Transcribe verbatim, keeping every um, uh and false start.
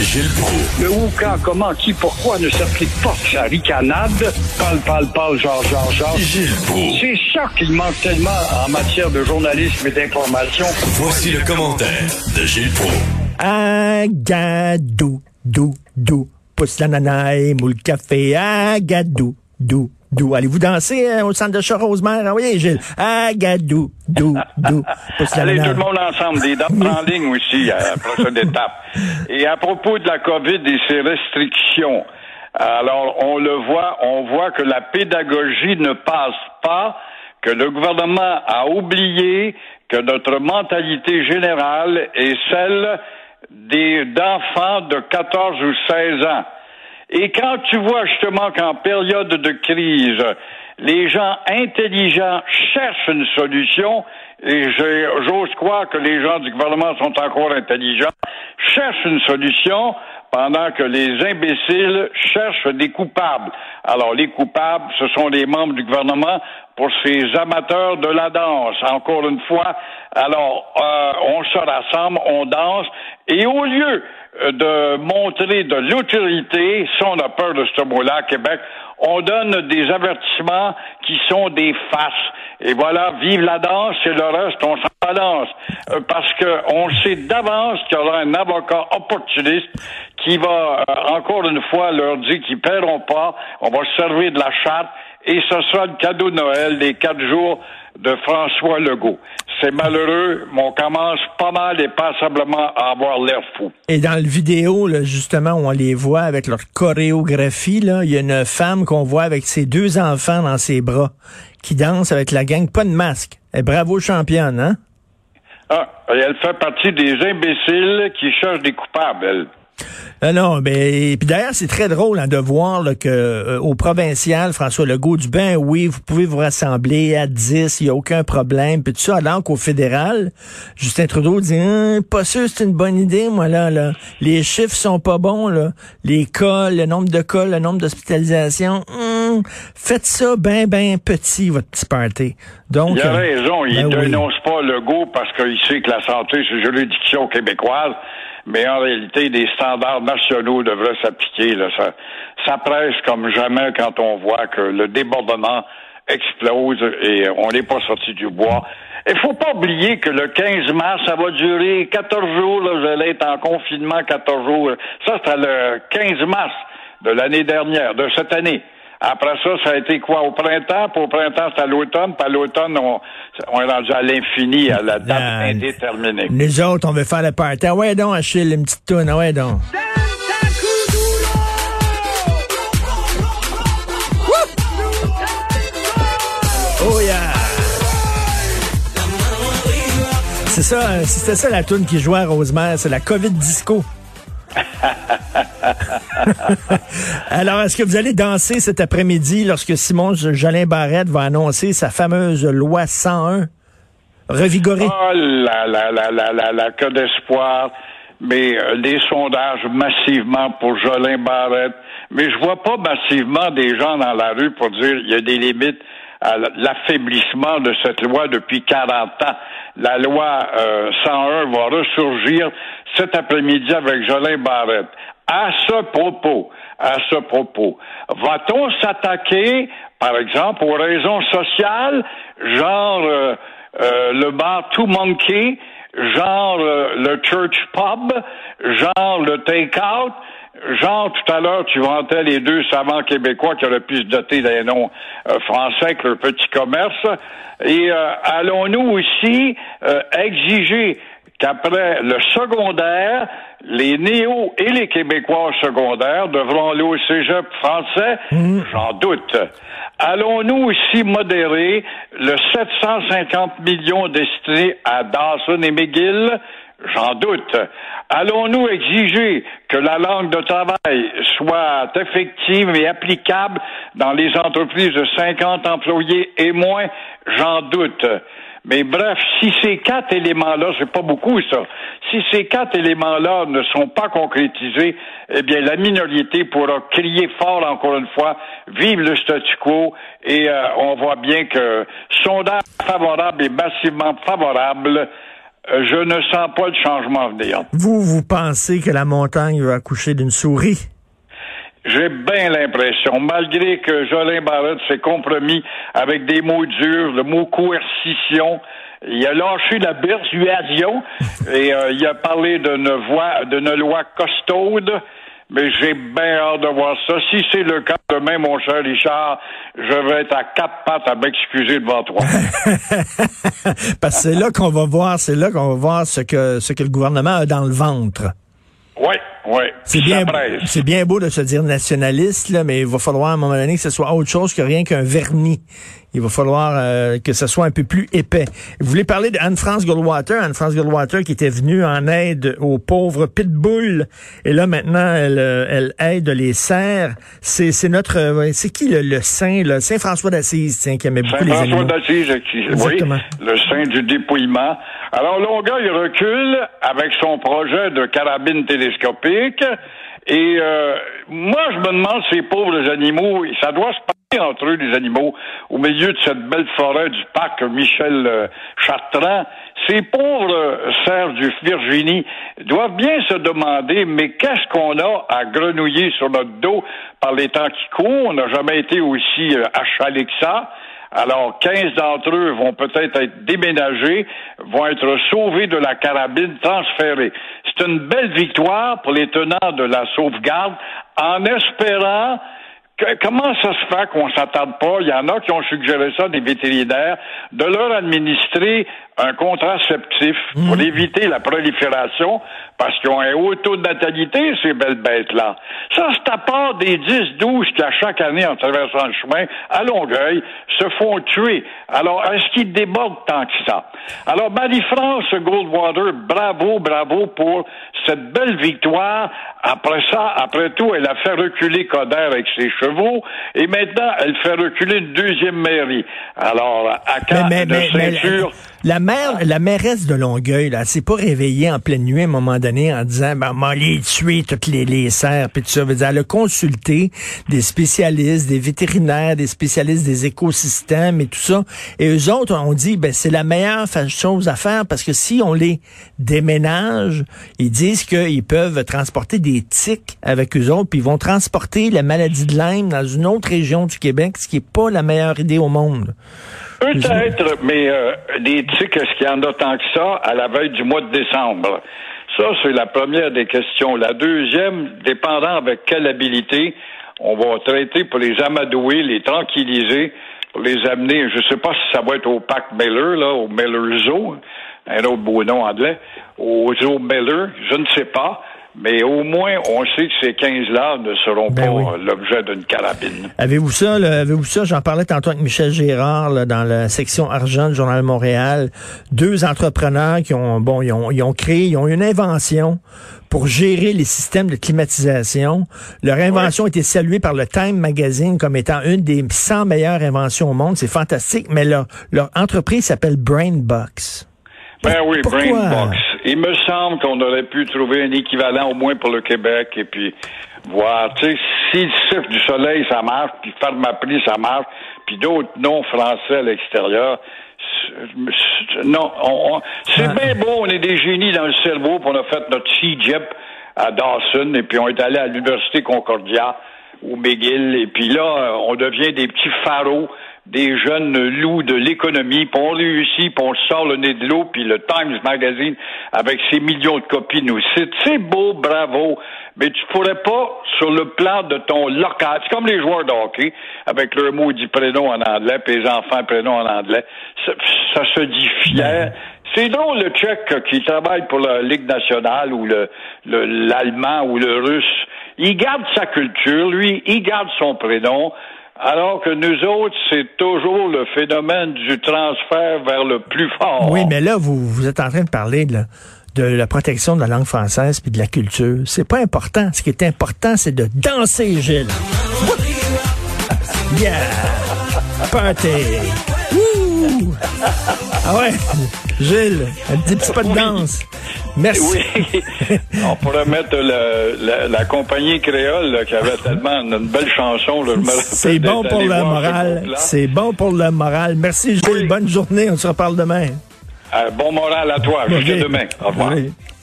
Gilles Proulx. Le où, quand, comment, qui, pourquoi ne s'applique pas sa ricanade. Parle, parle, parle, genre, genre, genre. Gilles Proulx. C'est ça qu'il manque tellement en matière de journalisme et d'information. Voici le commentaire de Gilles Proulx. Agadou, dou, dou, pousse la nanaille, moule café, agadou, dou, dou. Allez-vous danser hein, au centre de chat Rosemère? Ah oui, Gilles. Agadou, dou, dou, pousse la Allez, nanaille. tout le monde ensemble, des danses en ligne aussi, à la prochaine étape. Et à propos de la COVID et ses restrictions, alors on le voit, on voit que la pédagogie ne passe pas, que le gouvernement a oublié que notre mentalité générale est celle des d'enfants de quatorze ou seize ans. Et quand tu vois justement qu'en période de crise, les gens intelligents cherchent une solution, et j'ose croire que les gens du gouvernement sont encore intelligents, cherchent une solution pendant que les imbéciles cherchent des coupables. Alors, les coupables, ce sont les membres du gouvernement pour ces amateurs de la danse. Encore une fois, alors, euh, on se rassemble, on danse, et au lieu de montrer de l'autorité, si on a peur de ce mot-là à Québec, on donne des avertissements qui sont des farces. Et voilà, vive la danse et le reste, on s'en balance. Euh, parce que on sait d'avance qu'il y aura un avocat opportuniste qui va, euh, encore une fois, leur dire qu'ils ne paieront pas, on va se servir de la charte, et ce sera le cadeau de Noël des quatre jours de François Legault. C'est malheureux, mais on commence pas mal et passablement à avoir l'air fou. Et dans le vidéo, là, justement, où on les voit avec leur chorégraphie, là, il y a une femme qu'on voit avec ses deux enfants dans ses bras, qui danse avec la gang, pas de masque. Et bravo championne, hein? Ah, elle fait partie des imbéciles qui cherchent des coupables, elle. Ah non, mais puis d'ailleurs, c'est très drôle hein, de voir là, que euh, au provincial, François Legault dit ben oui, vous pouvez vous rassembler à dix, il n'y a aucun problème, puis tout ça, alors qu'au fédéral, Justin Trudeau dit hm, pas sûr c'est une bonne idée, moi là, là. Les chiffres sont pas bons, là. Les cas, le nombre de cas, le nombre d'hospitalisations, hum, faites ça ben ben petit, votre petit party. Donc, il a euh, raison, il ben ne oui. dénonce pas Legault parce qu'il sait que la santé, c'est juridiction québécoise. Mais en réalité, des standards nationaux devraient s'appliquer. Là. Ça, ça presse comme jamais quand on voit que le débordement explose et on n'est pas sorti du bois. Il faut pas oublier que le quinze mars, ça va durer quatorze jours. Là, vous allez être en confinement quatorze jours. Ça, c'était le quinze mars de l'année dernière, de cette année. Après ça, ça a été quoi? Au printemps? Puis au printemps, c'est à l'automne. Puis à l'automne, on, on est rendu à l'infini, à la date ah, indéterminée. Nous autres, on veut faire le party. Ah ouais donc, Achille, une petite toune. Ah ouais donc. Oh yeah! C'est ça, c'était ça la toune qui jouait à Rosemère. C'est la COVID disco. Alors, est-ce que vous allez danser cet après-midi lorsque Simon Jolin Barrette va annoncer sa fameuse loi cent un revigorée? Oh là là là là là là, que d'espoir. Mais euh, les sondages massivement pour Jolin Barrette. Mais je vois pas massivement des gens dans la rue pour dire il y a des limites à l'affaiblissement de cette loi depuis quarante ans. La loi euh, cent un va ressurgir cet après-midi avec Jolin Barrette. À ce propos, à ce propos, va-t-on s'attaquer, par exemple, aux raisons sociales, genre euh, euh, le bar Two Monkey, genre euh, le church pub, genre le take-out? Genre, tout à l'heure, tu vantais les deux savants québécois qui auraient pu se doter d'un nom euh, français avec leur petit commerce. Et euh, allons-nous aussi euh, exiger qu'après le secondaire, les néo et les Québécois secondaires devront aller au cégep français? Mmh. J'en doute. Allons-nous aussi modérer le sept cent cinquante millions destinés à Dawson et McGill? J'en doute. Allons-nous exiger que la langue de travail soit effective et applicable dans les entreprises de cinquante employés et moins? J'en doute. Mais bref, si ces quatre éléments-là, c'est pas beaucoup ça, si ces quatre éléments-là ne sont pas concrétisés, eh bien la minorité pourra crier fort encore une fois, vive le statu quo, et euh, on voit bien que sondage favorable et massivement favorable, euh, je ne sens pas le changement à venir. Vous, vous pensez que la montagne va accoucher d'une souris? J'ai bien l'impression, malgré que Jolin Barrette s'est compromis avec des mots durs, le mot coercition, il a lâché la persuasion et euh, il a parlé d'une voix, d'une loi costaude, mais j'ai bien hâte de voir ça. Si c'est le cas demain, mon cher Richard, je vais être à quatre pattes à m'excuser devant toi. Parce que c'est là qu'on va voir, c'est là qu'on va voir ce que ce que le gouvernement a dans le ventre. Oui, oui. C'est bien, c'est bien beau de se dire nationaliste, là, mais il va falloir à un moment donné que ce soit autre chose que rien qu'un vernis. Il va falloir euh, que ce soit un peu plus épais. Vous voulez parler d'Anne-France Goldwater, Anne-France Goldwater qui était venue en aide aux pauvres pitbulls, et là maintenant elle, elle aide les cerfs. C'est, c'est notre, c'est qui le, le saint, le Saint François d'Assise, tiens, qui aimait beaucoup les animaux. Saint François d'Assise, qui, oui, le saint du dépouillement. Alors Longueuil recule avec son projet de carabine télescopique. Et euh, moi, je me demande, ces pauvres animaux, ça doit se passer entre eux, les animaux, au milieu de cette belle forêt du parc Michel euh, Chartrand. Ces pauvres cerfs du Virginie doivent bien se demander, mais qu'est-ce qu'on a à grenouiller sur notre dos par les temps qui courent? On n'a jamais été aussi euh, achalé que ça. Alors, quinze d'entre eux vont peut-être être déménagés, vont être sauvés de la carabine, transférés. C'est une belle victoire pour les tenants de la sauvegarde, en espérant que, comment ça se fait qu'on s'attarde pas, il y en a qui ont suggéré ça, des vétérinaires, de leur administrer un contraceptif pour mmh. éviter la prolifération, parce qu'ils ont un haut taux de natalité, ces belles bêtes-là. Ça, c'est à part des dix douze qui, à chaque année, en traversant le chemin, à Longueuil, se font tuer. Alors, est-ce qu'ils débordent tant que ça? Alors, Marie-France Goldwater, bravo, bravo pour cette belle victoire. Après ça, après tout, elle a fait reculer Coderre avec ses chevaux, et maintenant, elle fait reculer une deuxième mairie. Alors, à quatre mais, mais, de mais, ceinture... Mais, la mère, la mairesse de Longueuil, là, elle s'est pas réveillée en pleine nuit à un moment donné en disant, ben, on va aller tuer toutes les, les cerfs, puis tout ça. Elle a consulté des spécialistes, des vétérinaires, des spécialistes des écosystèmes et tout ça. Et eux autres ont dit, ben, c'est la meilleure chose à faire parce que si on les déménage, ils disent qu'ils peuvent transporter des tiques avec eux autres, puis ils vont transporter la maladie de Lyme dans une autre région du Québec, ce qui est pas la meilleure idée au monde. Peut-être, mais euh, des tiques, est-ce qu'il y en a tant que ça à la veille du mois de décembre? Ça, c'est la première des questions. La deuxième, dépendant avec quelle habilité on va traiter pour les amadouer, les tranquilliser, pour les amener, je sais pas si ça va être au parc Miller, là, au Miller Zoo, un autre beau nom anglais, au Zoo Miller, je ne sais pas. Mais au moins, on sait que ces quinze-là ne seront ben pas oui. l'objet d'une carabine. Avez-vous ça, là, avez-vous ça? J'en parlais tantôt avec Michel Gérard, là, dans la section argent du Journal de Montréal. Deux entrepreneurs qui ont, bon, ils ont, ils ont créé, ils ont une invention pour gérer les systèmes de climatisation. Leur invention oui. a été saluée par le Time Magazine comme étant une des cent meilleures inventions au monde. C'est fantastique, mais leur, leur entreprise s'appelle Brainbox. Ben oui, Pourquoi? Brainbox. Il me semble qu'on aurait pu trouver un équivalent au moins pour le Québec et puis voir, tu sais, si le siffle du soleil, ça marche, puis Pharmaprix, ça marche, puis d'autres noms français à l'extérieur. Non, on, on, c'est ah. bien beau, on est des génies dans le cerveau, puis on a fait notre cégep à Dawson, et puis on est allé à l'Université Concordia, ou McGill, et puis là, on devient des petits pharaons, des jeunes loups de l'économie, puis on réussit, puis on sort le nez de l'eau, puis le Times Magazine, avec ses millions de copies, nous cite. C'est beau, bravo, mais tu pourrais pas, sur le plan de ton local, c'est comme les joueurs de hockey, avec leur maudit prénom en anglais, puis les enfants prénoms en anglais, ça, ça se dit fier. C'est drôle, le Tchèque qui travaille pour la Ligue nationale, ou le, le l'Allemand, ou le Russe, il garde sa culture, lui, il garde son prénom, alors que nous autres, c'est toujours le phénomène du transfert vers le plus fort. Oui, mais là, vous, vous êtes en train de parler de la, de la protection de la langue française puis de la culture. C'est pas important. Ce qui est important, c'est de danser, Gilles. Yeah! Party! Wouh! Ah ouais! Gilles, un petit petit pas de danse. Merci. Oui, on pourrait mettre le, la, la compagnie créole là, qui avait tellement une belle chanson. Là, c'est bon pour le moral. C'est bon pour le moral. Merci Gilles. Oui. Bonne journée. On se reparle demain. Euh, bon moral à toi. Jusqu'à demain. Au revoir. Oui.